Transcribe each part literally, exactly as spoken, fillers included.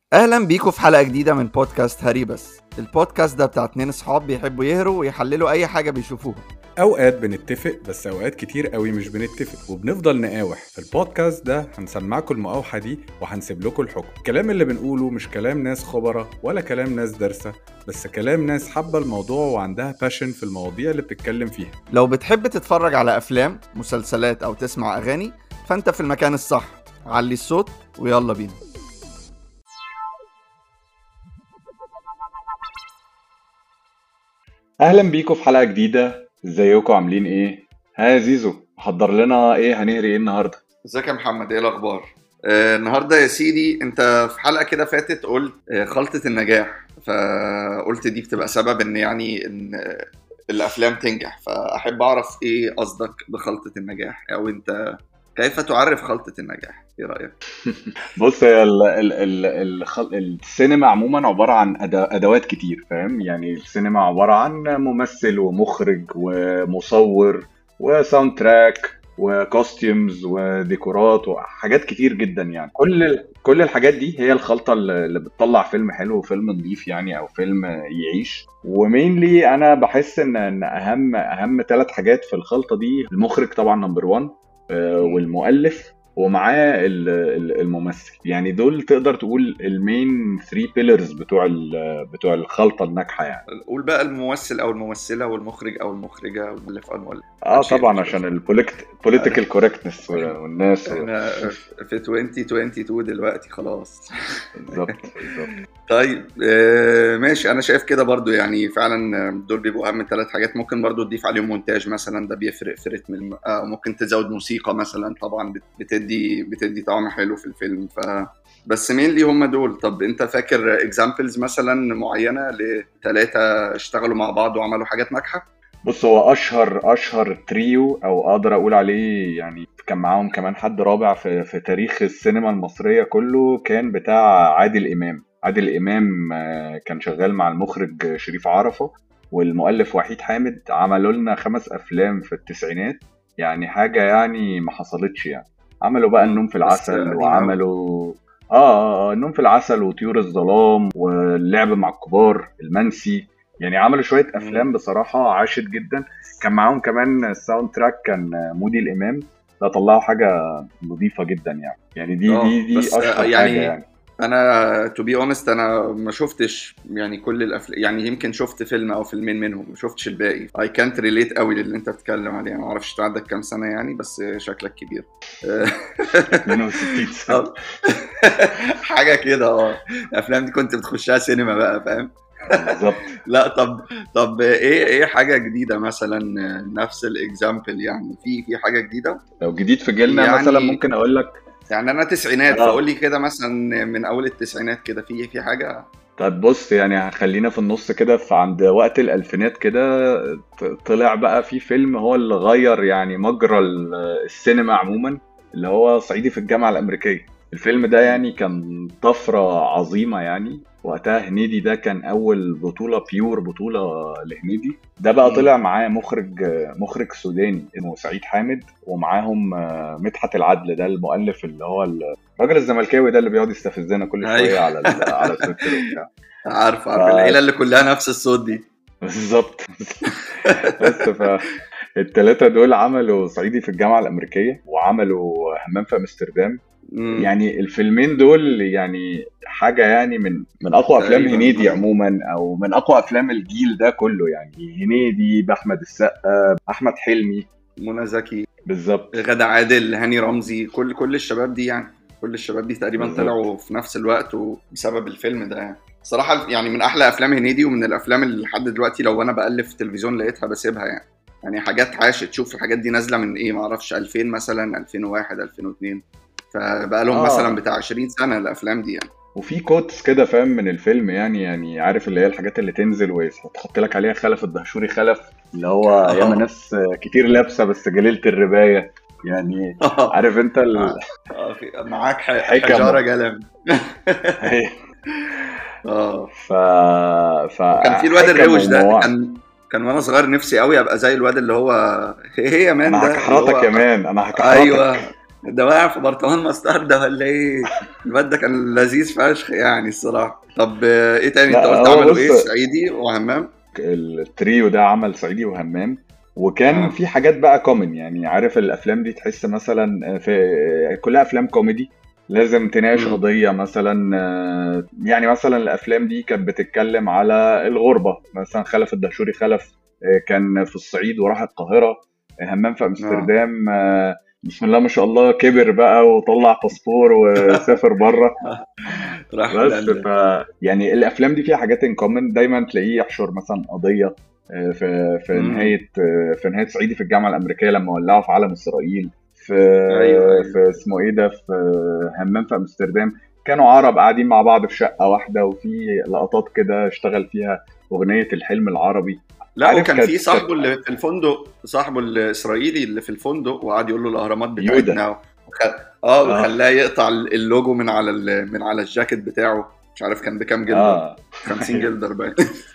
اهلا بيكم في حلقه جديده من بودكاست هري بس. البودكاست ده بتاع اتنين اصحاب بيحبوا يهروا ويحللوا اي حاجه بيشوفوها. اوقات بنتفق بس اوقات كتير قوي مش بنتفق وبنفضل نقاوح. في البودكاست ده هنسمعكم المقاوحه دي وهنسيب لكم الحكم. الكلام اللي بنقوله مش كلام ناس خبره ولا كلام ناس دارسه، بس كلام ناس حابه الموضوع وعندها باشن في المواضيع اللي بتتكلم فيها. لو بتحب تتفرج على افلام، مسلسلات او تسمع اغاني فانت في المكان الصح. علي الصوت ويلا بينا. اهلا بيكم في حلقه جديده. ازيكم عاملين ايه؟ ها زيزو، محضر لنا ايه؟ هنهري ايه النهارده؟ ازيك يا محمد، ايه الاخبار؟ آه النهارده يا سيدي، انت في حلقه كده فاتت قلت آه خلطه النجاح، فقلت دي بتبقى سبب ان يعني ان آه الافلام تنجح. فاحب اعرف ايه قصدك بخلطه النجاح، او انت كيف تعرف خلطه النجاح؟ ايه رايك؟ بص، هي ال ال ال ال السينما عموما عباره عن أد- ادوات كتير، فاهم؟ يعني السينما عباره عن ممثل ومخرج ومصور وساوند تراك وكوستيومز وديكورات وحاجات كتير جدا. يعني كل ال- كل الحاجات دي هي الخلطه اللي اللي بتطلع فيلم حلو وفيلم نظيف، يعني او فيلم يعيش. ومينلي انا بحس ان ان اهم اهم ثلاث حاجات في الخلطه دي: المخرج طبعا نمبر واحد، والمؤلف، ومعاه ال- ال- الممثل. يعني دول تقدر تقول المين ثري بيلرز بتوع ال- بتوع الخلطه الناجحه يعني. قول بقى الممثل او الممثلة والمخرج او المخرجة والمؤلف او المؤلف. اه طبعا، عشان البوليتيكال كوركتنس والناس و... احنا في ألفين واتنين وعشرين دلوقتي خلاص. بالظبط بالظبط. طيب آه، ماشي، انا شايف كده برضو. يعني فعلا دول بيبقوا اهم ثلاث حاجات. ممكن برضو تضيف عليهم مونتاج مثلا، ده بيفرق في رتم الم... آه، ممكن تزود موسيقى مثلا، طبعا بت- بتدي بتدي طعم حلو في الفيلم. ف بس مين اللي هم دول؟ طب انت فاكر اكزامبلز مثلا معينة لثلاثة اشتغلوا مع بعض وعملوا حاجات ناجحة؟ بص، هو اشهر اشهر تريو، او اقدر اقول عليه يعني كان معاهم كمان حد رابع في في تاريخ السينما المصريه كله، كان بتاع عادل امام. عادل امام آه، كان شغال مع المخرج شريف عرفة والمؤلف وحيد حامد. عملوا لنا خمس افلام في التسعينات، يعني حاجه يعني ما حصلتش يعني. عملوا بقى النوم في بس العسل، قديم قوي. وعملوا اه اه آه، النوم في العسل وطيور الظلام واللعب مع الكبار، المنسي. يعني عملوا شوية أفلام بصراحة عاشت جدا. كان معاهم كمان الساوند تراك، كان مودي الإمام. ده طلعوا حاجة نظيفة جدا يعني. يعني دي اه دي دي بس آه، أشهر حاجة يعني يعني. انا to be honest انا ما شفتش يعني كل الافلام. يعني يمكن شفت فيلم او فيلمين منهم، ما شفتش الباقي. I can't relate قوي للي انت بتتكلم عليه. ما اعرفش انت عندك كام سنة يعني، بس شكلك كبير. اتنين وستين سنة. طب حاجة كده. اه الافلام دي كنت بتخشها سينما بقى، فاهم؟ بالظبط. لا طب طب ايه ايه حاجة جديدة مثلا؟ نفس الاكزامبل يعني، في في حاجة جديدة لو جديد في جيلنا مثلا يعني. ممكن أقول لك. يعني انا تسعينات، اه فقول لي كده مثلا من اول التسعينات كده في في حاجة. طب بص، يعني خلينا في النص كده، في عند وقت الألفينات كده ط- طلع بقى في فيلم هو اللي غير يعني مجرى ال- السينما عموما، اللي هو صعيدي في الجامعة الأمريكية. الفيلم ده يعني كان طفرة عظيمة يعني. وقتها هنيدي ده كان أول بطولة بيور بطولة لهنيدي. ده بقى مم. طلع معاه مخرج مخرج سوداني اسمه سعيد حامد، ومعاهم آه، مدحت العدل، ده المؤلف اللي هو الراجل الزملكاوي ده اللي بيقعد يستفزنا كل شوية ايوه. على ال- على تويتر وبتاع. عارف ف عارف العيلة اللي كلها نفس الصوت دي. بالظبط. بس فالتلاتة دول عملوا صعيدي في الجامعة الأمريكية، وعملوا همام في أمستردام. مم. يعني الفيلمين دول يعني حاجة يعني من من أقوى أفلام تقريبا هنيدي آه. عموما، أو من أقوى أفلام الجيل ده كله. يعني هنيدي بأحمد السقا، أحمد حلمي. منى زكي، بالظبط غادة عادل، هاني رمزي، كل كل الشباب دي يعني. كل الشباب دي تقريبا بالظبط. طلعوا في نفس الوقت وبسبب الفيلم ده يعني. صراحة يعني من أحلى أفلام هنيدي، ومن الأفلام اللي لحد دلوقتي لو أنا بقلب في التلفزيون لقيتها بسيبها يعني. يعني حاجات عاشت. تشوف الحاجات دي نازلة من إيه، معرفش ألفين مثلا، ألفين وواحد، ألفين واثنين. فبقى لهم مثلا آه بتاع عشرين سنة الأفلام دي يعني. وفي كوتس كده، فاهم، من الفيلم يعني. يعني عارف اللي هي الحاجات اللي تنزل ويتحط لك عليها خلف الدهشوري خلف، اللي هو ياما اه ناس كتير لابسه بس جليلة الرباية يعني. اه عارف انت آه، آه، في- معاك ح- حجارة الحكم. قلم. اه ف وكان في الواد فحكم الروش ده، ومواعظ. كان كان وانا صغير نفسي قوي ابقى زي الواد اللي هو هي يا مان انا ده اللي هكحرتك يا هو. مان، انا هكحرتك. ايوه ده واقع في برطمان مستردة ولا ايه؟ الواد ده كان لذيذ فشخ يعني الصراحه. طب آه، ايه تاني انت لا قلت هو عملوا بص، ايه؟ صعيدي وهمام. التريو ده عمل صعيدي وهمام، وكان اه. في حاجات بقى كومن. يعني عارف الافلام دي تحس مثلا في كلها افلام كوميدي لازم تناقش امم. قضية مثلا. آه، يعني مثلا الافلام دي كانت بتتكلم على الغربة. مثلا خلف الدهشوري خلف آه، كان في الصعيد وراح القاهرة. آه، همام في اه. امستردام آه، بسم الله ما شاء الله كبر بقى وطلع باسبور وسافر بره. راح بس ف لندن. يعني الافلام دي فيها حاجات ان كومن. دايما تلاقيه يحشر مثلا قضيه آه، في في امم. نهايه آه، في نهايه صعيدي في الجامعه الامريكيه لما ولعوا في علم اسرائيل. في ايوه ايوه. في اسمه ايه ده، في همام في امستردام كانوا عرب قاعدين مع بعض في شقه واحده، وفي لقطات كده اشتغل فيها اغنيه الحلم العربي. لا عارف وكان كانت في كانت صاحبه اللي في الفندق، صاحبه الاسرائيلي اللي في الفندق، وقعد يقول له الاهرامات يودا. بتاعتنا وخ... اه اه وخلاه يقطع اللوجو من على ال... من على الجاكيت بتاعه. مش عارف كان بكام جلدر، اه خمسين جلدر باين.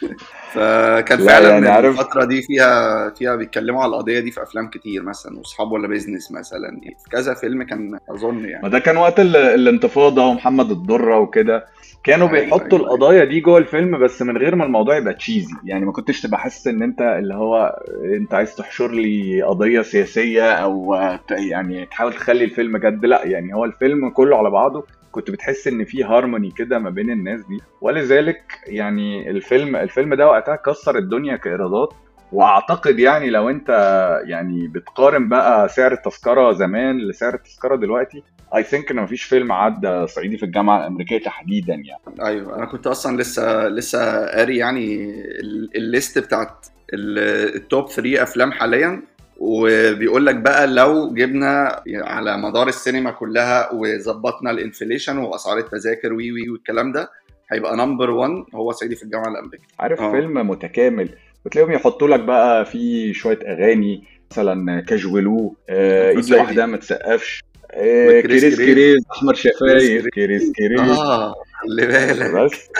فكان لا يعني فعلا عارف. الفترة دي فيها فيها بيتكلموا على القضية دي في أفلام كتير مثلا، وصحاب ولا بيزنس مثلا، في كذا فيلم كان أظن ما يعني. ده كان وقت ال- الانتفاضة ومحمد الضرة وكده. كانوا أيوه بيحطوا أيوه أيوه. القضايا دي جوه الفيلم بس من غير ما الموضوع يبقى تشيزي. يعني ما كنتش تبقى حاسس ان انت اللي هو انت عايز تحشر لي قضية سياسية او ت- يعني تحاول تخلي الفيلم جد. لا يعني هو الفيلم كله على بعضه كنت بتحس ان فيه هارموني كده ما بين الناس دي. ولذلك يعني الفيلم الفيلم ده وقتها كسر الدنيا كإيرادات. واعتقد يعني لو انت يعني بتقارن بقى سعر التذكرة زمان لسعر التذكرة دلوقتي، اي ثينك ان مفيش فيلم عدى صعيدي في الجامعه الامريكيه تحديدا يعني. أيوه أنا كنت أصلا لسه لسه قاري يعني ال- الليست بتاعت ال- التوب ثلاثة أفلام حاليا، وبيقول لك بقى لو جبنا على مدار السينما كلها وظبطنا الانفليشن واسعار التذاكر وي وي والكلام ده، هيبقى نمبر واحد هو صعيدي في الجامعه الامريكيه. عارف اه. فيلم متكامل وتلاقيهم يحطوا لك بقى فيه شويه اغاني مثلا كاجولو آه، ايد البوسيدي لوحدها ما تسقفش آه، وكريس كريس كريس. كريس احمر كريس شفايف كريس. كريس كريس. اه خلي بالك. بس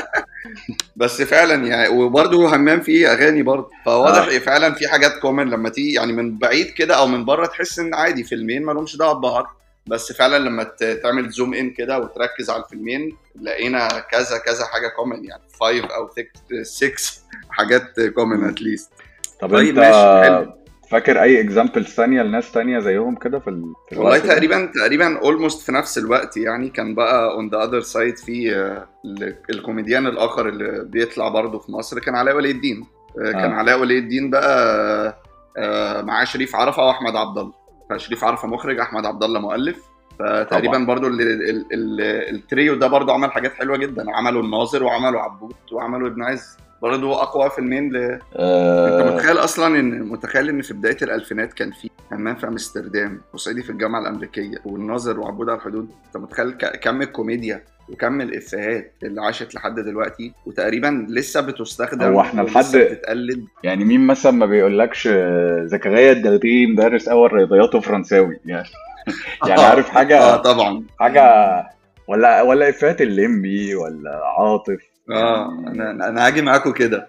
بس فعلا يعني، وبرده همام فيه اغاني برضه، فواضح اه إيه فعلا في حاجات كومن لما تيجي يعني من بعيد كده او من بره تحس ان عادي فيلمين ما لهمش دعوه ببعض. بس فعلا لما ت- تعمل زوم ان كده وتركز على الفيلمين لقينا كذا كذا حاجه كومن يعني خمسة او ستة حاجات كومن مم. اتليست. طب طيب انت ماشي حلو. فاكر اي اكزامبلز ثانيه لناس تانية زيهم كده في ال... في والله الوقت ده؟ تقريبا تقريبا اولموست في نفس الوقت يعني. كان بقى اون ذا اذر سايد في آه، ال- الكوميديان الاخر اللي بيطلع برضه في مصر كان علاء ولي الدين. آه، كان اه علاء ولي الدين بقى آه، معاه شريف عرفة واحمد عبد الله. فشريف عرفة مخرج، احمد عبد الله مؤلف. فتقريبا طبعا. برضو ال ال ال التريو ده برضو عمل حاجات حلوه جدا. عملوا الناظر وعملوا عبود وعملوا ابن عز، برضو اقوى فيلمين ل... انت آه متخيل اصلا ان متخيل ان في بدايه الالفينات كان في همام في امستردام وصعيدي في الجامعه الامريكيه والناظر وعبود على الحدود؟ انت متخيل ك- كم الكوميديا وكم الافيهات اللي عاشت لحد دلوقتي وتقريبا لسه هو بتستخدم احنا ولسه لحد بتتقلد. يعني مين مثلا ما بيقولكش آه، زكريا الدغدغي مدرس اول رياضيات وفرنساوي يعني. يعني عارف اه اه حاجه طبعا. حاجه ولا ولا افات الليمبي ولا عاطف اه يعني. انا انا هاجي معاكم كده.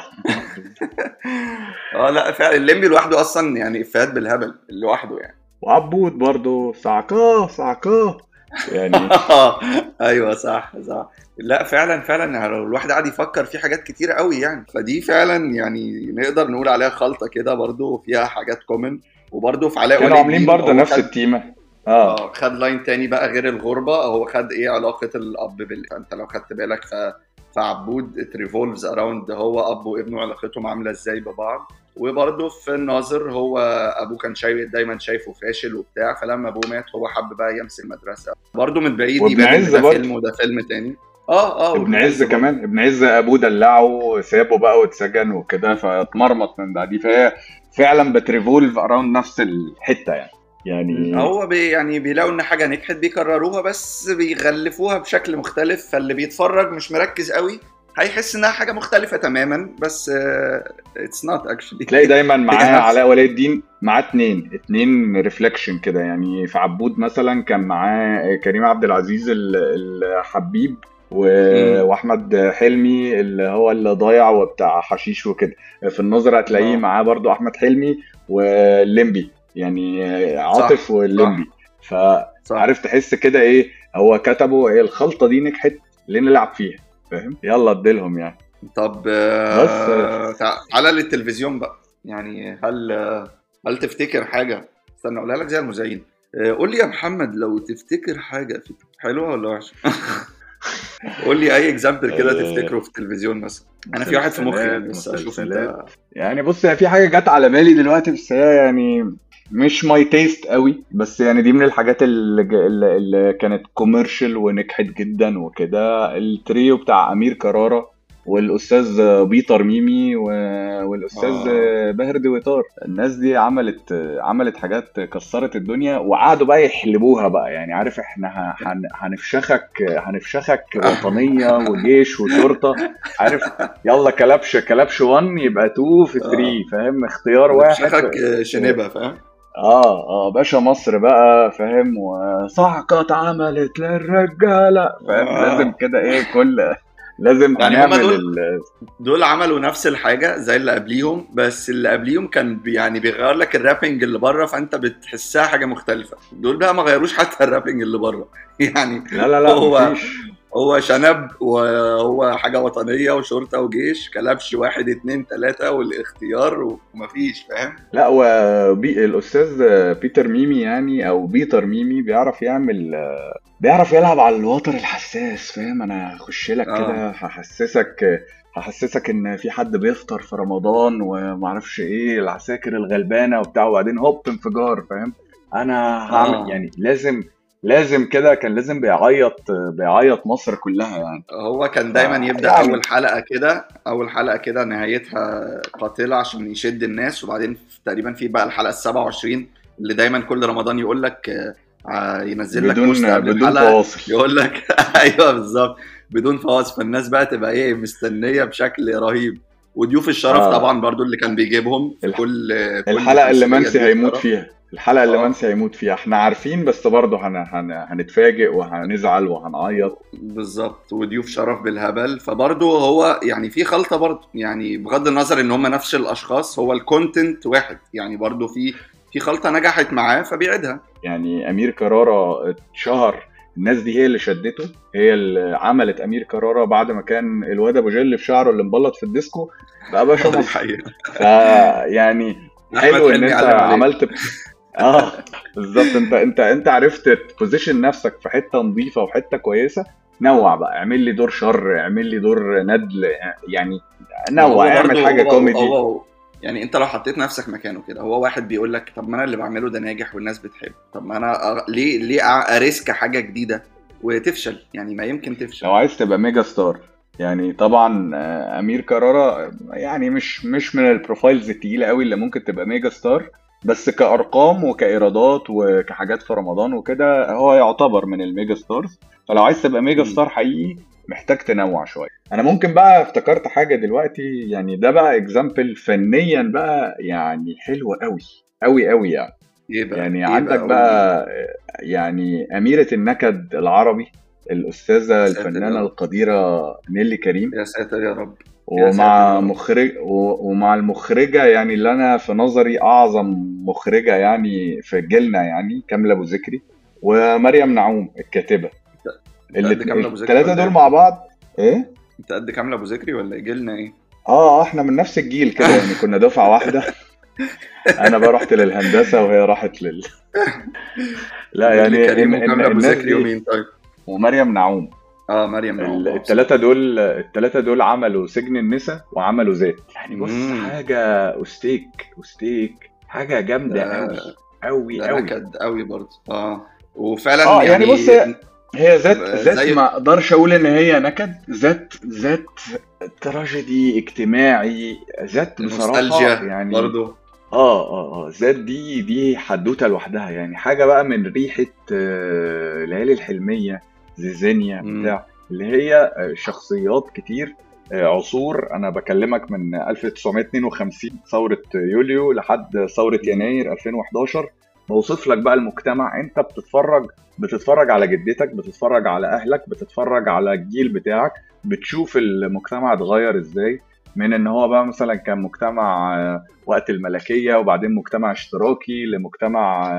اه لا فعلا الليمبي لوحده اصلا يعني افيهات بالهبل لوحده يعني. وعبود برضو صعقاه صعقاه يعني. ايوه صح صح. لا فعلا فعلا يعني لو الواحد قاعد يفكر في حاجات كتيره قوي يعني، فدي فعلا يعني نقدر نقول عليها خلطه كده برضو فيها حاجات كومن. وبرضو في علاء كانوا ولي عاملين الدين برضو هو نفس خد التيمه. اه اه خد لاين تاني بقى غير الغربة. هو خد ايه علاقة الأب بال انت لو خدت بالك ف... فعبود it revolves around هو أب وابنه علاقتهم عاملة ازاي ببعض. وبرضه في الناظر هو أبوه كان شايف دايما شايفه فاشل وبتاع، فلما أبوه مات هو حب بقى يمسك المدرسة. برضه من بعيد وابن يبان إن عز ده برضو. فيلم وده فيلم تاني. اه اه ابن وابن عز عز برضه. كمان، ابن عز ابوه دلعه سابه بقى واتسجن وكده فاتمرمط من بعديه. فهي فعلا بتريفولف اراوند نفس الحته يعني. يعني هو بي يعني بيلاقوا ان حاجه نجحت بيكرروها بس بيغلفوها بشكل مختلف، فاللي بيتفرج مش مركز قوي هيحس انها حاجه مختلفه تماما، بس اتس نوت اكشلي. تلاقي دايما هي معاه نفس. علاء ولي الدين معاه اتنين اتنين ريفلكشن كده. يعني في عبود مثلا كان معاه كريم عبد العزيز ال- الحبيب و- امم. واحمد حلمي اللي هو اللي ضايع وبتاع حشيش وكده. في النظر هتلاقيه اه معاه برضو احمد حلمي والليمبي، يعني صح عاطف صح. والليمبي. فعارف تحس كده ايه، هو كتبوا ايه الخلطه دي نجحت ليه نلعب فيها، فاهم؟ يلا اديلهم يعني. طب بس آه، تع- تعالى للتلفزيون بقى. يعني هل هل تفتكر حاجة، استنى اقولها لك زي المذيعين، آه، قول لي يا محمد لو تفتكر حاجة في حلوة ولا وحشة. قول لي اي اكزامبل كده آه، تفتكره في التلفزيون مثلا. انا في واحد في مخي يعني، مسلسلات بس اشوف مسلسلات انت. يعني بص، هي في حاجة جت على بالي دلوقتي بس هي يعني مش ماي تيست قوي، بس يعني دي من الحاجات اللي, ج- اللي اللي كانت كوميرشال ونجحت جدا وكده، التريو بتاع أمير كرارة والأستاذ بيتر ميمي و- والأستاذ اه باهر دويتار. الناس دي عملت عملت حاجات كسرت الدنيا، وقعدوا بقى يحلبوها بقى، يعني عارف احنا ه- هن- هنفشخك هنفشخك وطنية وجيش وشرطة، عارف؟ يلا كلبش كلبش واحد يبقى اتنين في اه تلاتة، فاهم؟ اختيار واحد هنفشخك في, آه، في شنبة فاهم. اه اه باشا مصر بقى، فاهم؟ وصعقة عملت للرجالة، فاهم؟ لازم اه كده ايه، كل لازم يعني هما هنعمل دول ال... دول عملوا نفس الحاجة زي اللي قبليهم، بس اللي قبليهم كان بي يعني بيغير لك الرابنج اللي بره، فانت بتحسها حاجة مختلفة. دول بقى ما غيروش حتى الرابنج اللي بره. يعني لا لا لا هو مفيش. هو شنب، وهو حاجة وطنية وشرطة وجيش، كلبش واحد اتنين تلاتة والاختيار، ومفيش فاهم. لا، وبي الأستاذ بيتر ميمي يعني، أو بيتر ميمي، بيعرف يعمل، بيعرف يلعب على الوتر الحساس، فاهم؟ أنا هخش لك اه كده هحسسك هحسسك إن في حد بيفطر في رمضان ومعرفش إيه، العساكر الغلبانة وبتاع، وبعدين هوب انفجار، فاهم؟ أنا هعمل اه يعني، لازم لازم كده، كان لازم بيعيط بيعيط مصر كلها يعني. هو كان دايما يبدأ فيعني أول حلقة كده، أول حلقة كده نهايتها قاتلة عشان يشد الناس، وبعدين تقريبا في بقى الحلقة السبعة وعشرين اللي دايما كل رمضان يقول لك آه، آه، ينزل لك بوست بدون قبل بدون الحلقة فواصل. يقول لك أيوه بالظبط، بدون فواصل. فالناس بقى تبقى إيه مستنية بشكل رهيب. وضيوف الشرف اه طبعا برضو اللي كان بيجيبهم في الح- كل كل الحلقة اللي تمثيلية، منسي ضيوف هيموت شرف. فيها، الحلقة اللي اه منسي هيموت فيها احنا عارفين، بس برضه هن... هن... هنتفاجئ وهنزعل وهنعيط. بالظبط، وضيوف شرف بالهبل. فبرضه هو يعني في خلطه برضه، يعني بغض النظر ان هم نفس الاشخاص، هو الكونتنت واحد يعني، برضه في في خلطه نجحت معاه فبيعيدها. يعني أمير كرارة اتشهر، الناس دي هي اللي شدته، هي اللي عملت أمير كرارة بعد ما كان الواد أبو جل في شعره اللي مبلط في الديسكو بقى باشا اه دي مصر. حقيقه. فيعني احمد حلو إن حلمي أنت علم عليه. عملت. اه بالظبط، انت انت انت عرفت تبوزيشن نفسك في حته نظيفه وحته كويسه. نوع بقى، اعمل لي دور شر، اعمل لي دور ندل، يعني ما نوع، هو اعمل برضه حاجه هو كوميدي. هو يعني انت لو حطيت نفسك مكانه كده، هو واحد بيقول لك طب ما انا اللي بعمله ده ناجح والناس بتحبه، طب ما انا أ- ليه ليه أ- اريسك حاجه جديده وتفشل؟ يعني ما يمكن تفشل. لو عايز تبقى ميجا ستار، يعني طبعا آه، امير كرارة آه، يعني مش مش من البروفايلز التقيله قوي اللي ممكن تبقى ميجا ستار، بس كارقام وكايرادات وكحاجات في رمضان وكده هو يعتبر من الميجا ستارز. فلو عايز تبقى ميجا مم. ستار حقيقي محتاج تنوع شويه. انا ممكن بقى افتكرت حاجه دلوقتي، يعني ده بقى اكزامبل فنيا بقى يعني حلو قوي قوي قوي يعني. ايه بقى يعني ايه عندك بقى قول لي. بقى آه، يعني أميرة النكد العربي، يا الأستاذة ساتر يا الفنانة رب، القديرة نيلي كريم، يا ساتر يا رب، يا ساتر يا ومع رب. مخرج و- ومع المخرجة يعني اللي أنا في نظري أعظم مخرجة يعني في جيلنا، يعني كاملة أبو ذكري، ومريم نعوم الكاتبة. انت قد الات- كامل ابو ذكري التلاتة ولا دول ايه؟ مع بعض. إيه؟ انت قد كامل ابو ذكري ولا ايه؟ جيلنا ايه؟ آه إحنا من نفس الجيل كده يعني، كنا دفعة واحدة. أنا بقى رحت للهندسة وهي راحت لل لا نيللي يعني إن كريم إن وكامل ابو الناس ذكري دي، ومين طيب؟ ومريم نعوم. اه مريم نعوم، ال- اه التلاتة بصراحه. دول التلاتة دول عملوا سجن النساء وعملوا ذات، يعني بص امم حاجة أستيك أستيك، حاجة جامدة ده قوي قوي ده قوي. نكد قوي برضه اه. وفعلا اه يعني بص، يعني هي هي ذات ذات زي ما اقدرش اقول ان هي نكد، ذات ذات تراجيدي اجتماعي، ذات بصراحة نوستالجيا يعني. برضه. اه اه اه ذات دي دي حدوتة لوحدها، يعني حاجة بقى من ريحة آه، ليالي الحلمية، زيزينيا امم بتاع، اللي هي آه، شخصيات كتير، آه، عصور. انا بكلمك من ألف وتسعمية اتنين وخمسين ثورة يوليو لحد ثورة يناير ألفين وحداشر. بوصف لك بقى المجتمع، انت بتتفرج بتتفرج على جدتك، بتتفرج على اهلك، بتتفرج على الجيل بتاعك، بتشوف المجتمع اتغير ازاي، من ان هو بقى مثلا كان مجتمع آه، وقت الملكية، وبعدين مجتمع اشتراكي، لمجتمع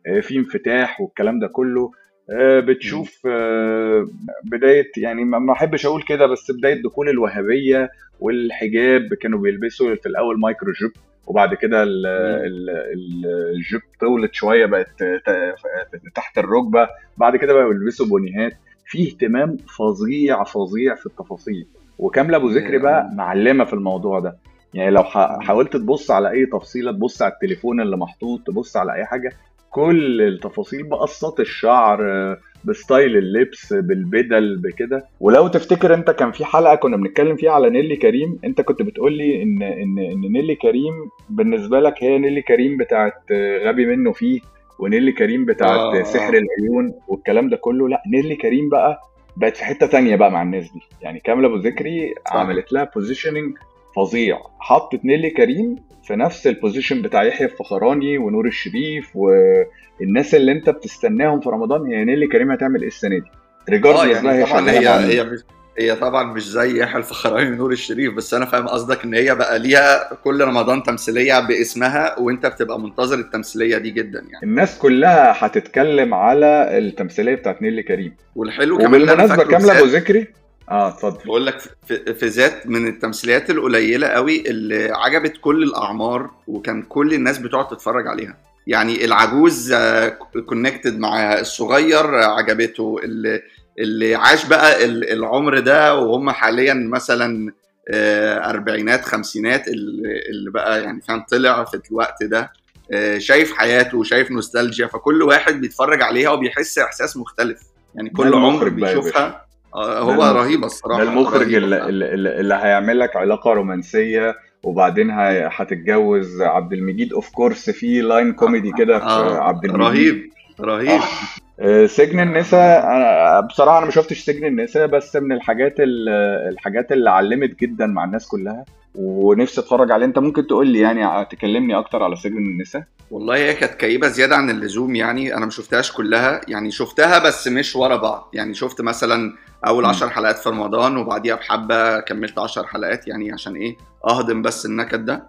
آه، في انفتاح والكلام ده كله. آه، بتشوف آه، بداية، يعني ما ما احبش اقول كده، بس بداية دخول الوهابية والحجاب. كانوا بيلبسوا في الاول مايكرو جيب، وبعد كده ال- مم. ال- ال- الجيب طولت شوية، بقت ت- تحت الركبة. بعد كده بقوا يلبسوا بونيهات. في اهتمام فظيع فظيع في التفاصيل. وكاملة ابو ذكري بقى آه. معلمة في الموضوع ده. يعني لو ح- مم. حاولت تبص على اي تفصيلة، تبص على التليفون اللي محطوط، تبص على اي حاجة، كل التفاصيل، بقصات الشعر، آه، بستايل اللبس، بالبدل، بكده. ولو تفتكر انت، كان في حلقة كنا بنتكلم فيها على نيلي كريم، انت كنت بتقول لي ان ان ان نيلي كريم بالنسبة لك هي نيلي كريم بتاعت آه، غبي منه فيه، ونيلي كريم بتاعت اه سحر اه العيون والكلام ده كله. لا، نيلي كريم بقى بقت في حتة تانية بقى مع الناس دي. يعني كاملة ابو ذكري صح. عملت لها بوزيشننج فظيع، حطت نيلي كريم في نفس البوزيشن بتاع يحيى الفخراني ونور الشريف والناس اللي انت بتستناهم في رمضان. هي نيلي كريم هتعمل ايه السنه دي؟ اه ريجاردلس بقى يعني هي طبعا شغاله هي مع مين. هي مش هي طبعا مش زي يحيى الفخراني ونور الشريف، بس انا فاهم قصدك ان هي بقى ليها كل رمضان تمثيليه باسمها، وانت بتبقى منتظر التمثيليه دي جدا يعني. الناس كلها هتتكلم على التمثيليه بتاعت نيلي كريم. والحلو كمان اللي انا وبالمناسبه فاكره كامله ابو بذات، ذكري، اه اتفضل. بقول لك في, في ذات من التمثيليات القليله قوي اللي عجبت كل الاعمار، وكان كل الناس بتقعد تتفرج عليها. يعني العجوز كونكتد مع الصغير، آه، عجبته اللي, اللي عاش بقى ال- العمر ده، وهم حاليا مثلا آه، اربعينات خمسينات، اللي اللي بقى يعني فاهم طلع في الوقت ده، آه، شايف حياته وشايف نوستالجيا، فكل واحد بيتفرج عليها وبيحس احساس مختلف. يعني ده كل عمر المخرج بقى يا باشا. بيشوفها. آه، ده هو المخرج رهيبة ده الصراحة، المخرج رهيبة اللي, فعلا. اللي, اللي هيعمل لك علاقه رومانسيه، وبعدين هي- هتتجوز عبد المجيد. اوف كورس في لاين آه, كوميدي كده في آه عبد المجيد. رهيب اه. رهيب. آه، سجن النساء، آه انا بصراحه انا ما شفتش سجن النساء، بس من الحاجات ال- الحاجات اللي علمت جدا مع الناس كلها، ونفسي اتفرج عليه. انت ممكن تقول لي يعني تكلمني اكتر على سجن النساء؟ والله هي كانت كئيبة زيادة عن اللزوم، يعني أنا ما شفتهاش كلها، يعني شفتها بس مش ورا بعض. يعني شفت مثلا أول امم. عشر حلقات في رمضان، وبعديها بحبة كملت عشر حلقات، يعني عشان إيه أهضم بس النكد ده.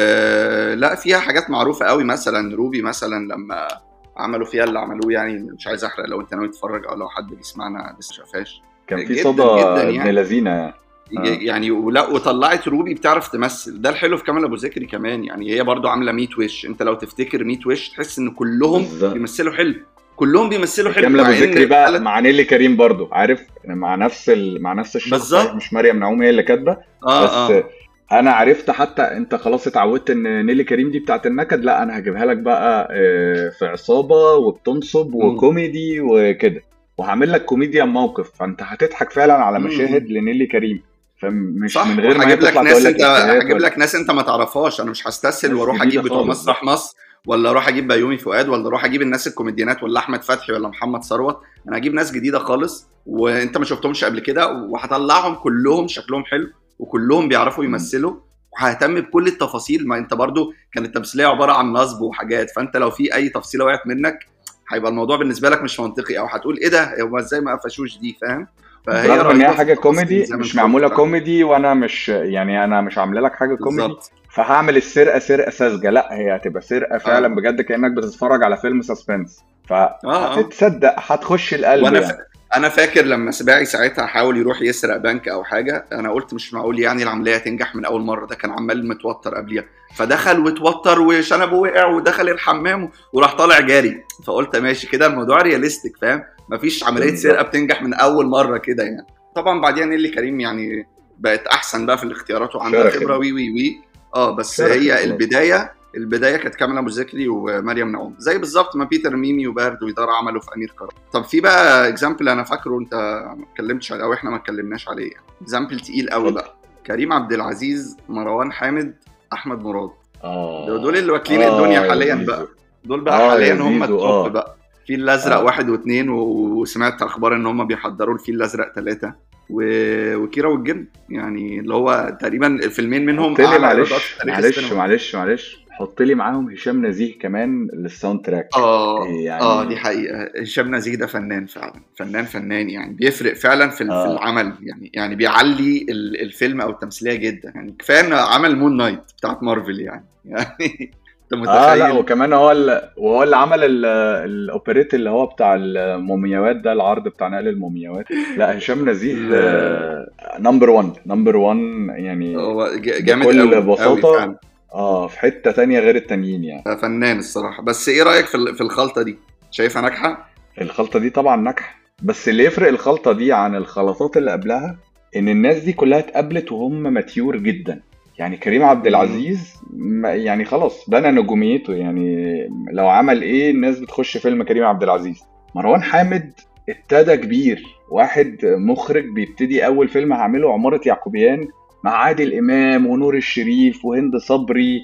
أه لا، فيها حاجات معروفة قوي، مثلا روبي مثلا لما عملوا فيها اللي عملوه، يعني مش عايز أحرق لو أنت ناوي تتفرج أو لو حد بيسمعنا لسه شافهاش. كان في صدى جدا جدا ابن يعني. لذينه يعني. اه، يعني ولا وطلعت روبي بتعرف تمثل، ده الحلو في كامل ابو ذكري كمان. يعني هي برضو عامله ميت وش، انت لو تفتكر ميت وش تحس ان كلهم بالظبط. بيمثلوا حلو، كلهم بيمثلوا حلو، كامل ابو مع ان ذكري بقى ثلاث. مع نيلي كريم برضو، عارف، مع نفس ال... مع نفس الشخص، صحيح بالظبط. مش مريم نعوم هي اللي كاتبه، اه بس اه انا عرفت. حتى انت خلاص اتعودت ان نيلي كريم دي بتاعت النكد، لا انا هجيبها لك بقى آه، في عصابة وبتنصب مم. وكوميدي وكده، وهعمل لك كوميديا موقف، فانت هتضحك فعلا على مشاهد مم. لنيلي كريم، فمش من صح. غير ما هي وهجيب لك تطلع تقول ناس لك انت افيهات هجيب ولا لك ناس انت ما تعرفهاش، انا مش هستسهل ناس واروح جديدة اجيب بتوع خالص. مسرح صح. مصر، ولا اروح اجيب بيومي فؤاد، ولا اروح اجيب الناس الكوميديانات، ولا احمد فتحي، ولا محمد ثروت. انا هجيب ناس جديده خالص وانت ما شفتهمش قبل كده، وهطلعهم كلهم شكلهم حلو، وكلهم بيعرفوا مم. يمثلوا، وههتم بكل التفاصيل. ما انت برضو كانت التمثيليه عباره عن نصب وحاجات، فانت لو في اي تفصيله وقعت منك هيبقى الموضوع بالنسبه لك مش منطقي، او هتقول ايه ده، هو ازاي ما قفشوش دي، فاهم؟ فهي برغم ان هي رهيبه في حاجة التفاصيل كوميدي، زي ما مش انت قلت معمولة فعلا. كوميدي، وانا مش يعني انا مش عامله لك حاجة كوميدي بالظبط. فهعمل السرقة سرقة ساذجة. لا، هي هتبقى سرقة فعلا اه بجد، كأنك بتتفرج على فيلم سسبنس، اه اه فهتتصدق، هتخش القلب وانا ف... يعني. انا فاكر لما سباعي ساعتها حاول يروح يسرق بنك او حاجه، انا قلت مش معقول يعني العمليه تنجح من اول مره، ده كان عمال متوتر قبليها، فدخل وتوتر وشنبه وقع ودخل الحمام وراح طالع جاري، فقلت ماشي كده الموضوع رياليستيك، فاهم؟ مفيش عمليه سرقه بالظبط. بتنجح من اول مره كده يعني. طبعا بعدين نيلي كريم يعني بقت احسن بقى في الاختيارات وعندها شرخت خبره بقى. وي وي وي اه بس شرخت هي خلاص. البدايه البدايه كانت كامله ابو ذكري ومريم نعوم، زي بالظبط ما بيتر ميمي وبارد ويدار عملوا في امير كرم. طب في بقى اكزامبل انا فاكره انت ما اتكلمتش عليه او احنا ما اتكلمناش عليه، اكزامبل تقيل قوي اتفضل. بقى: كريم عبد العزيز، مروان حامد، احمد مراد. دول دول اه. اللي واكلين الدنيا اه يا حاليا زيزو. بقى. دول بقى اه حاليا يا هم زيزو. التوب اه. بقى. الفيل الازرق اه. واحد واثنين، وسمعت اخبار ان هم بيحضروا الفيل الازرق ثلاثة، و... وكيرة والجن، يعني اللي هو تقريبا الفيلمين منهم حط لي اعلى ايرادات في معلش تاريخ معلش السينما. معلش معلش حط لي معاهم هشام نزيه كمان للساوند تراك. اه اه دي يعني حقيقة، هشام نزيه ده فنان فعلا، فنان فنان يعني، بيفرق فعلا في في اه. العمل، يعني يعني بيعلي ال- الفيلم او التمثيلية جدا، يعني كفاية انه عمل مون نايت بتاعت مارفل يعني يعني انت انت اه لا، متخيل؟ وكمان هو ال... وهو اللي عمل ال... الاوبريت اللي هو بتاع المومياوات ده، العرض بتاع نقل المومياوات. لا هشام نزيه ال- نمبر واحد نمبر واحد يعني، هو ج- جامد بكل قوي قوي بساطة. فعلا. اه في حتة تانية غير التانيين يعني. فنان الصراحه. بس ايه رايك في ال- في الخلطه دي؟ شايفها ناجحه؟ الخلطة دي طبعا ناجحة، بس اللي يفرق الخلطة دي عن الخلطات اللي قبلها ان الناس دي كلها اتقابلت وهم ماتيور جدا. يعني كريم عبد مم. العزيز ما- يعني خلاص بنى نجوميته، يعني لو عمل ايه الناس بتخش فيلم كريم عبد العزيز. مروان حامد ابتدى كبير، واحد مخرج بيبتدي اول فيلم هعمله عمارة يعقوبيان مع عادل امام ونور الشريف وهند صبري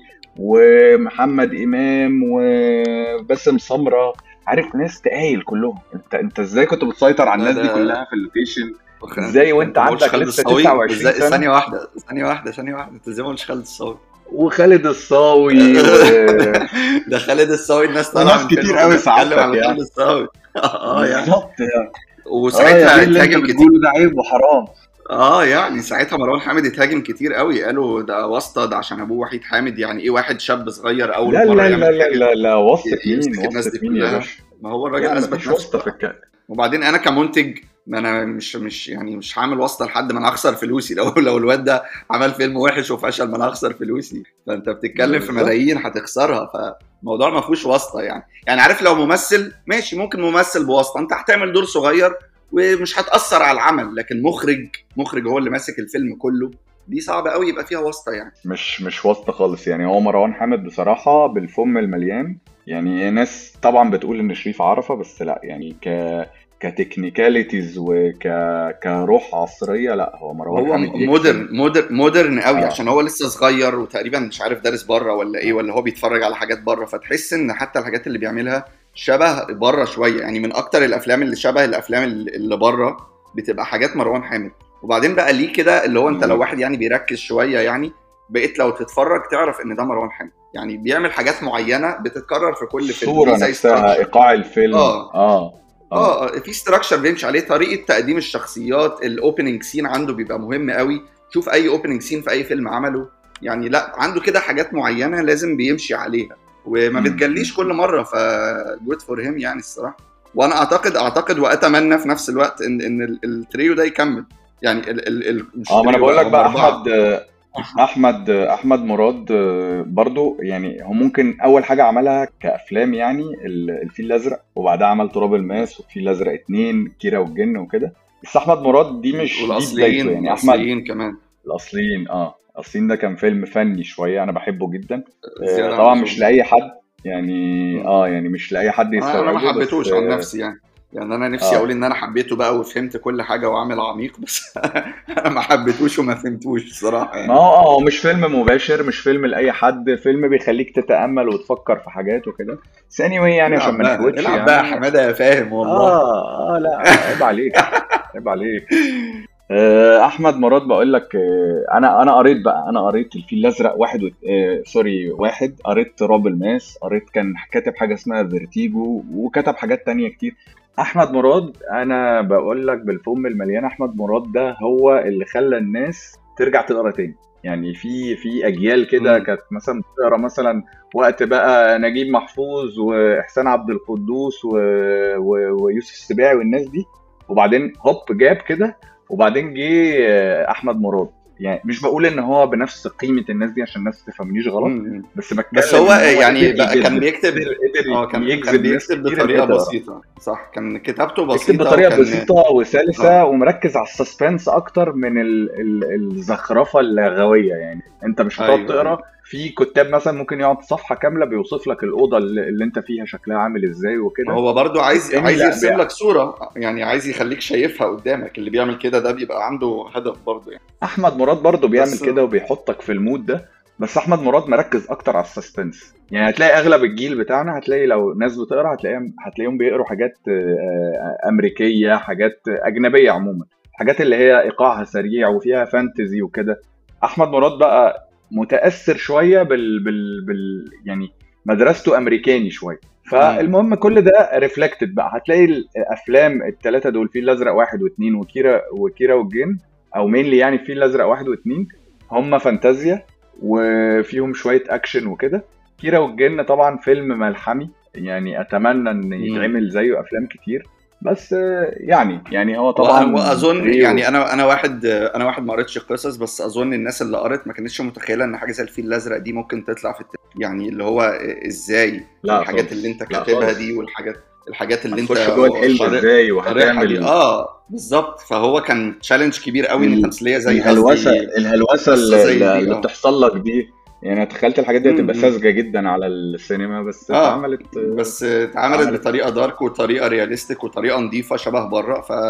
ومحمد امام وباسم سمرة. عارف ناس تقايل كلهم. انت انت ازاي كنت بتسيطر على لا الناس دي ده كلها في اللوكيشن؟ وخ- ازاي وانت انت ما قلتش عندك خالد لسه الصاوي؟ تسعة وعشرين ازاي؟ سنة؟ ثانيه واحده ثانيه واحده ثانيه واحده انت ازاي ما قلتش خالد الصاوي؟ وخالد الصاوي و... ده خالد الصاوي الناس طالعه وناس من فيلم كتير قوي كلها بتتكلم سعادتك على خالد يعني. الصاوي. اه يعني. بالظبط يعني. اه يعني وساعتها ايه اللي انت اتهاجم كتير. بتقوله ده؟ عيب وحرام. اه يعني ساعتها مروان حامد اتهاجم كتير قوي، قالوا ده واسطه، ده عشان ابوه وحيد حامد، يعني ايه واحد شاب صغير اول لا مره لا لا يعمل لا حاجه لا لا، واسطة ي- مين؟ يمسك الناس واسطة دي مين يا كلها؟ باشا؟ ما هو الراجل لا اثبت مفيش نفسه واسطة في بقى. الكلام. وبعدين انا كمنتج، ما انا مش مش يعني مش هعمل واسطه لحد ما انا اخسر فلوسي. لو لو الواد ده عمل فيلم وحش وفشل ما انا هخسر فلوسي. فانت بتتكلم في بالظبط. ملايين هتخسرها، فالموضوع ما فيهوش واسطه يعني. يعني عارف لو ممثل ماشي، ممكن ممثل بواسطه، انت هتعمل دور صغير ومش هتاثر على العمل، لكن مخرج مخرج هو اللي ماسك الفيلم كله، دي صعبه قوي يبقى فيها واسطه يعني. مش مش واسطة خالص يعني. هو مروان حامد بصراحة بالفم المليان. يعني ناس طبعا بتقول ان شريف عرفة، بس لا يعني ك كتكنيكاليتيز وك كروح عصرية، لا هو مروان هو حامد يكسب. مودرن مودرن مودرن قوي، اه عشان هو لسه صغير وتقريبا مش عارف دارس بره ولا ايه، ولا هو بيتفرج على حاجات بره، فتحس ان حتى الحاجات اللي بيعملها شبه بره شويه يعني. من اكتر الافلام اللي شبه الافلام اللي بره بتبقى حاجات مروان حامد. وبعدين بقى ليه كده، اللي هو انت لو بالظبط. واحد يعني بيركز شويه يعني، بقيت لو تتفرج تعرف ان ده مروان حامد. يعني بيعمل حاجات معينه بتتكرر في كل فيلم، الصورة ليه زي نفسها، ستراكشر. ايقاع الفيلم. اه اه اه اه في ستراكشر بيمشي عليه، طريقه تقديم الشخصيات، الاوبننج سين عنده بيبقى مهم قوي. شوف اي اوبننج سين في اي فيلم عمله، يعني لا عنده كده حاجات معينه لازم بيمشي عليها، وما م- بتجليش كل مره. ف جود فور هيم يعني الصراحه. وانا اعتقد اعتقد واتمنى في نفس الوقت ان ان ال- التريو ده يكمل. يعني ال ال ال مش اه ما انا تريو بقول بقى، لك هم بقى اربعه. احمد احمد احمد مراد آه، برضو يعني. هو ممكن اول حاجه عملها كافلام يعني ال- الفيل الازرق، وبعدها عمل تراب الماس والفيل الازرق اتنين كيرة والجن وكده. بس احمد مراد دي مش دي بدايته والاصليين يعني. احمد الاصليين كمان الاصليين، اه الاصليين ده كان فيلم فني شويه، انا بحبه جدا. آه، زياده عن طبعا مش اللزوم. لاي حد يعني. اه يعني مش لاي حد انا أنا ما يستوعبه، بس حبيتهوش عن اه, نفسي يعني. يعني انا نفسي اقول آه. ان انا حبيته بقى وفهمت كل حاجه وعامل عميق، بس انا ما حبيتهوش وما فهمتوش صراحه ما يعني. هو اه هو مش فيلم مباشر، مش فيلم لأي حد، فيلم بيخليك تتأمل وتفكر في حاجات وكده. بس anyway يعني عشان العب ما بقى نحوتش العب بقى يا يعني. حماده يا فاهم والله. اه اه لا عيب عليك، عيب عليك. آه، احمد مراد بقول لك، آه، انا انا قريت بقى، انا قريت الفيل الازرق واحد و... آه، سوري واحد، قريت تراب الماس، قريت كان كاتب حاجه اسمها فيرتيجو، وكتب حاجات تانية كتير. احمد مراد انا بقول لك بالفم المليان، احمد مراد ده هو اللي خلى الناس ترجع تقرا تاني. يعني في في اجيال كده امم كانت مثلا بتقرا مثلا وقت بقى نجيب محفوظ واحسان عبد القدوس و... و... ويوسف السباعي والناس دي، وبعدين هوب جاب كده، وبعدين جه آه، احمد مراد. يعني مش بقول ان هو بنفس قيمه الناس دي عشان الناس تفهمنيش غلط، امم بس بس بتكلم هو ان هو قدر يعني بقى كان يجذب، بيكتب. قدر قدر اه كان كان يجذب ناس بيكتب كتير ان هي بطريقه تقرا. بسيطه صح، كان كتابته بيكتب بسيطه بطريقه وكان بسيطه وسلسه، اه ومركز على السسبنس اكتر من ال ال الزخرفه اللغويه. يعني انت مش هتقعد ايوه ايوه. تقرا في كتاب مثلا ممكن يقعد صفحه كامله بيوصف لك الاوضه اللي, اللي انت فيها شكلها عامل ازاي وكده. هو برضو عايز التاني عايز لا يرسم بي... لك صورة، يعني عايز يخليك شايفها قدامك. اللي بيعمل كده ده بيبقى عنده هدف برضو يعني. احمد مراد برضو بيعمل بس كده وبيحطك في المود ده. بس احمد مراد مركز اكتر على السسبنس. يعني هتلاقي اغلب الجيل بتاعنا، هتلاقي لو ناس بتقرا هتلاقيهم هتلاقيهم بيقروا حاجات آه، امريكيه، حاجات اجنبيه عموما، حاجات اللي هي ايقاعها سريع وفيها فانتزي وكده. احمد مراد بقى متاثر شويه بال, بال... بال... يعني مدرسته امريكاني شويه. امم فالمهم كل ده ريفلكتد بقى. هتلاقي الافلام الثلاثه دول، الفيل الازرق واحد واثنين وكيرة وكيرة والجن، او مينلي يعني الفيل الازرق واحد واثنين، هم فانتازيا وفيهم شويه اكشن وكده. كيرة والجن طبعا فيلم ملحمي، يعني اتمنى ان مم. يتعمل زيه افلام كتير، بس آه، يعني يعني هو وأ- طبعا واظن تريو. يعني انا انا واحد انا واحد ما قريتش القصص، بس اظن الناس اللي قرت ما كانتش متخيله ان حاجه زي الفيل الازرق دي ممكن تطلع في الت... يعني اللي هو ازاي لا الحاجات اللي خالص، انت لا كاتبها خالص، دي، والحاجات الحاجات اللي انت هتخش جوه الحلم طارق ازاي طارحها دي. وهتعمل اه بالظبط، فهو كان تشالنج كبير قوي ان ال- تمثيليه زي الهلوسه قصدي الهلوسه قصه اللي, زي دي. اللي اه بتحصل لك دي. يعني أنا تخيلت الحاجات دي هتبقى امم ساذجه جدا على السينما، بس اه اتعملت بس اتعملت اتعملت بطريقه دارك وطريقه رياليستيك وطريقه نظيفه شبه بره، ف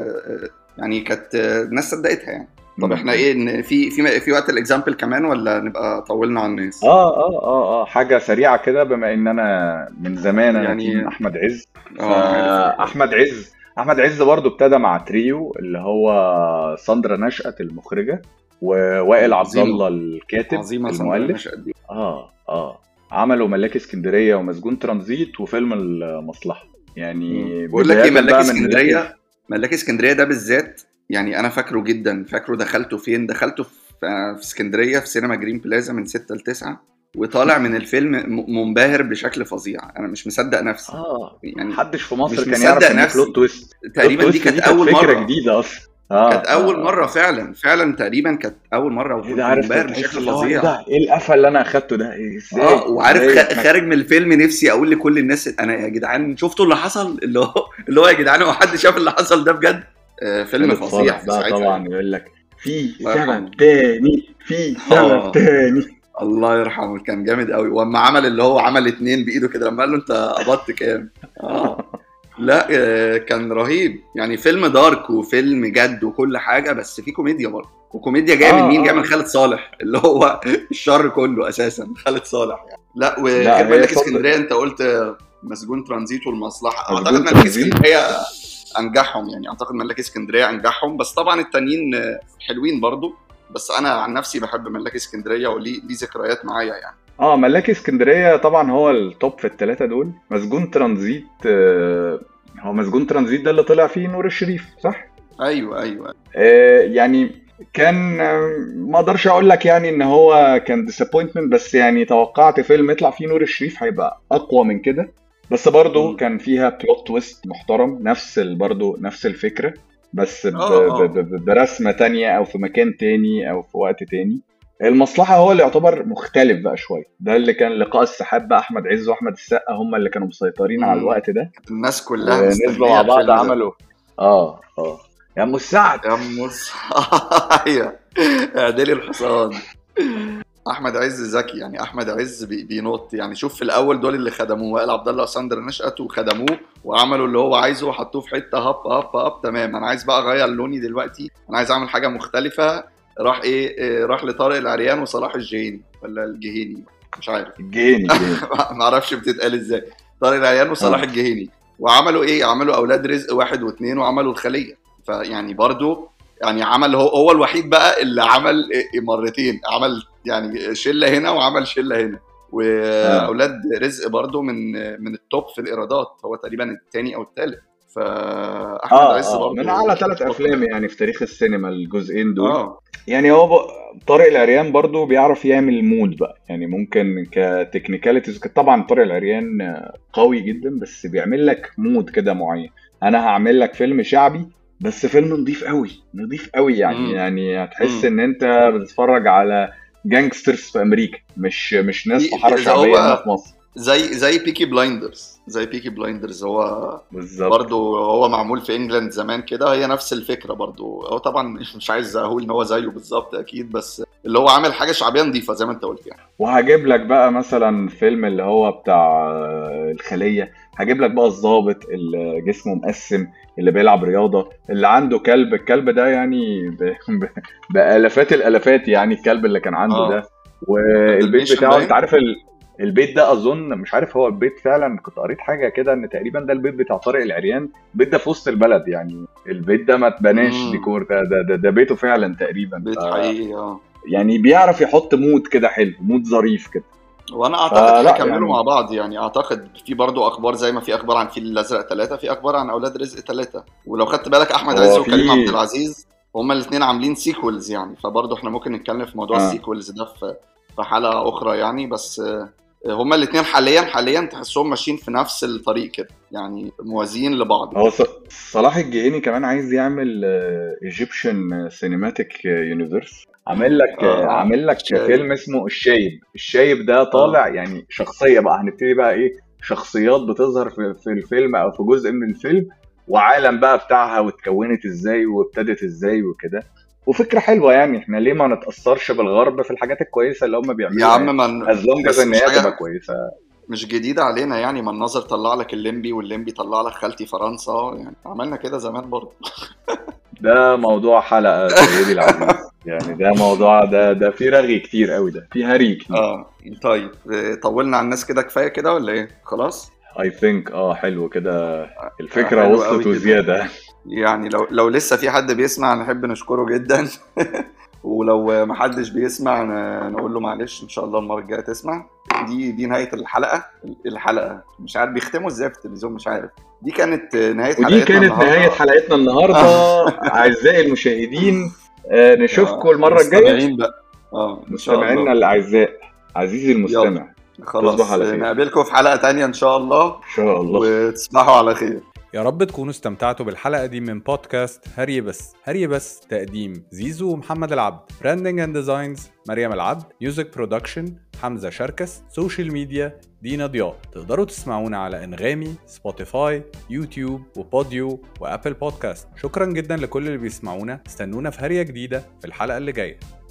يعني كانت الناس صدقتها يعني. طب احنا م-م. ايه، إن في في في وقت الاكزامبل كمان ولا نبقى طولنا على الناس؟ اه اه اه اه حاجه سريعه كده، بما ان انا من زمان انا تيم يعني احمد عز. اه انا عارف الحوار ده. فاحمد عز احمد عز برضو ابتدى مع تريو اللي هو ساندرا نشأت المخرجه، ووائل عبد عظيمه الله الكاتب عظيمه ساندرا المؤلف. نشأت دي. اه اه عملوا ملاك اسكندريه ومسجون ترانزيت وفيلم المصلحه. مم. يعني بقول لك ايه، بدايه ملاكي بقى من ملاك اس- اسكندريه ملاكي اسكندريه ده بالذات، يعني انا فاكره جدا، فاكره دخلته فين، دخلته في في اسكندريه في سينما جرين بلازا من ستة ل تسعة، وطالع من الفيلم م- منبهر بشكل فظيع، انا مش مصدق نفسي اه يعني، محدش في مصر مش كان يعرف مصدق ان دي بلوت نفسي. تويست. بلوت تقريبا دي تويست كانت دي كانت اول فكره مره جديده اصلا. اه كانت اول اه مره اه فعلا فعلا تقريبا كانت اول مره، ايه ده، وكنت عارف منبهر تحس بشكل اللي هو ايه فظيع. ده، ايه القفله اللي انا اخدته ده، إيه ازاي اه وعارف ازاي خ- احنا. خارج من الفيلم نفسي اقول لكل الناس، انا يا جدعان شفتوا اللي حصل، اللي هو اللي هو يا جدعان هو حد شاف اللي حصل ده بجد؟ آه فيلم خالد فظيع صالح في بقى ساعتها طبعا يعني. يقول لك في الله سبب يرحمه. تاني، في سبب اه تاني. الله يرحمه، كان جامد قوي، واما عمل اللي هو عمل اتنين بايده كده لما قال له انت قبضت كام. اه لا آه كان رهيب يعني، فيلم دارك وفيلم جد وكل حاجه، بس فيه كوميديا برضه، وكوميديا جايه من اه مين؟ جايه من اه خالد صالح اللي هو الشر كله اساسا خالد صالح يعني. لا لا وغير هي ملاك صدق. اسكندريه انت قلت مسجون ترانزيت والمصلحه، اعتقد مسجون ملاك ترانزيت. اسكندريه انجحهم يعني، اعتقد ملاك اسكندريه انجحهم، بس طبعا التانيين آه، حلوين برضه، بس انا عن نفسي بحب ملاك اسكندريه وليه ليه ذكريات معايا يعني. اه ملاك اسكندريه طبعا هو التوب في الثلاثه دول. مسجون ترانزيت آه هو مسجون ترانزيت ده اللي طلع فيه نور الشريف صح؟ ايوه ايوه آه يعني كان آه، ما اقدرش اقول لك يعني ان هو كان ديسابوينتمنت، بس يعني توقعت فيلم يطلع فيه نور الشريف هيبقى اقوى من كده. بس برضه مم. كان فيها بلوت تويست محترم، نفس ال- برضه نفس الفكرة، بس ب- اه ب- اه ب- برسمة تانية او في مكان تاني او في وقت تاني. المصلحة هو اللي يعتبر مختلف بقى شوية، ده اللي كان لقاء السحاب بقى، احمد عز واحمد السقا هم اللي كانوا مسيطرين على مم. الوقت ده، الناس كلها ونزلوا مستنيه مع بعض الفيلم ده. عملوا اه اه يا ام السعد. يا موس ايوه اعدلي الحصان. احمد عز ذكي يعني، احمد عز بي- بينط يعني، شوف في الاول دول اللي خدموه وائل عبد الله وساندر نشأت وخدموه وعملوا اللي هو عايزه وحطوه في حته هب هب هب تمام، انا عايز بقى اغير لوني دلوقتي، انا عايز اعمل حاجه مختلفه، راح ايه, إيه راح لطارق العريان وصلاح الجهيني ولا الجهيني مش عارف الجيني الجيني ما اعرفش بتتقال ازاي، طارق العريان وصلاح اه الجهيني، وعملوا ايه، عملوا اولاد رزق واحد واثنين وعملوا الخليه، فيعني برضو يعني عمل هو هو الوحيد بقى اللي عمل إيه مرتين، عمل يعني شله هنا وعمل شله هنا، اه واولاد رزق برضو من من التوب في الايرادات، هو تقريبا الثاني او الثالث، فاحمد اه عز اه من برضو اعلى ثلاث شاطر. افلام يعني في تاريخ السينما الجزئين دول. اه يعني هو ب... طارق العريان برضو بيعرف يعمل مود بقى، يعني ممكن كتكنيكاليتيز طبعا طارق العريان آه، قوي جدا، بس بيعمل لك مود كده معين. انا هعمل لك فيلم شعبي بس فيلم نظيف قوي، نظيف قوي يعني، امم يعني هتحس امم ان انت بتتفرج على جانجسترز في امريكا، مش مش ناس في في حارة في- شعبية هنا هو في مصر. زي زي بيكي بلايندرز، زي بيكي بلايندرز هو بالظبط. برضو، هو معمول في انجلاند زمان كده، هي نفس الفكره برضو، هو طبعا مش مش عايز اقول ان هو زيه بالظبط اكيد، بس اللي هو عامل حاجه شعبيه نظيفه زي ما انت قلت يعني. وهجيب لك بقى مثلا فيلم اللي هو بتاع آه، الخلية، هجيب لك بقى الضابط اللي جسمه مقسم، اللي بيلعب رياضة، اللي عنده كلب، الكلب ده يعني ب... ب... بآلافات الآلافات يعني، الكلب اللي كان عنده ده. اه كان والبيت دلميشن بتاعه انت باين. عارف ال... البيت ده اظن مش عارف هو البيت فعلا، كنت قريت حاجة كده ان تقريبا ده البيت بتاع طارق العريان، البيت ده في وسط البلد يعني، البيت ده ما اتبناش امم ديكور، ده ده ده, ده بيته فعلا تقريبا. ف... بيت حقيقي اه. يعني بيعرف يحط مود كده حلو، مود ظريف كده. وانا اعتقد فلا هيكملوا يعني مع بعض يعني، اعتقد في برضو اخبار زي ما في اخبار عن الفيل الازرق ثلاثة، في اخبار عن اولاد رزق ثلاثة، ولو خدت بالك احمد عز هو في وكريم عبد العزيز هما الاثنين عاملين سيكولز يعني، فبرضو احنا ممكن نتكلم في موضوع اه السيكولز ده في في حلقة اخرى يعني، بس هما الاثنين حاليا حاليا تحسهم ماشيين في نفس الطريق كده، يعني موازيين لبعض. هو ص- صلاح الجهيني كمان عايز يعمل ايجيبشن سينماتيك يونيفرس، عامل لك اه اه عامل لك الشايب. فيلم اسمه الشايب. الشايب ده اه طالع يعني شخصية بقى، هنبتدي بقى ايه، شخصيات بتظهر في في الفيلم او في جزء من الفيلم، وعالم بقى بتاعها واتكونت ازاي وابتدت ازاي وكده. وفكرة حلوة يعني، احنا ليه ما نتأثرش بالغرب في الحاجات الكويسة اللي هم يا بيعملوها يعني، عم من as long as بس ان مش هي تبقى حاجة كويسة. مش جديدة علينا يعني، ما النظر طلع لك الليمبي والليمبي طلع لك خالتي فرنسا، يعني عملنا كده زمان برضه. ده موضوع حلقة سيدي العزيز يعني، ده موضوع ده ده فيه رغي كتير قوي، ده فيه هري كتير. اه طيب آه، طولنا على الناس كده كفاية كده ولا ايه؟ خلاص. I think اه حلو كده، آه، الفكرة حلو قوي وصلت كده. وزيادة. يعني لو لو لسه في حد بيسمع نحب نشكره جدا. ولو محدش بيسمع ن- نقول له معلش، ان شاء الله المره الجايه تسمع. دي دي نهايه الحلقه. الحلقه مش عارف بيختموا ازاي في التلفزيون، مش عارف. دي كانت نهايه ودي حلقتنا كانت نهاية النهارده. حلقتنا النهاردة أعزائي المشاهدين. آه، نشوفكم آه، المرة الجاية. مستمعين بقى. اه ان شاء مستمعينا الله. الأعزاء، عزيزي يلا المستمع، تصبح خلاص، على خير. نقابلكم في حلقه تانية ان شاء الله، إن شاء الله. وتصبحوا على خير. يا رب تكونوا استمتعتوا بالحلقة دي من بودكاست هري بس. هري بس تقديم زيزو ومحمد العبد، براندنج اند ديزاينز مريم العبد، ميوزك برودكشن حمزة شركس، سوشيال ميديا دينا ضياء. تقدروا تسمعونا على انغامي، سبوتيفاي، يوتيوب وبوديو وابل بودكاست. شكرا جدا لكل اللي بيسمعونا، استنونا في هرية جديدة في الحلقة اللي جاية.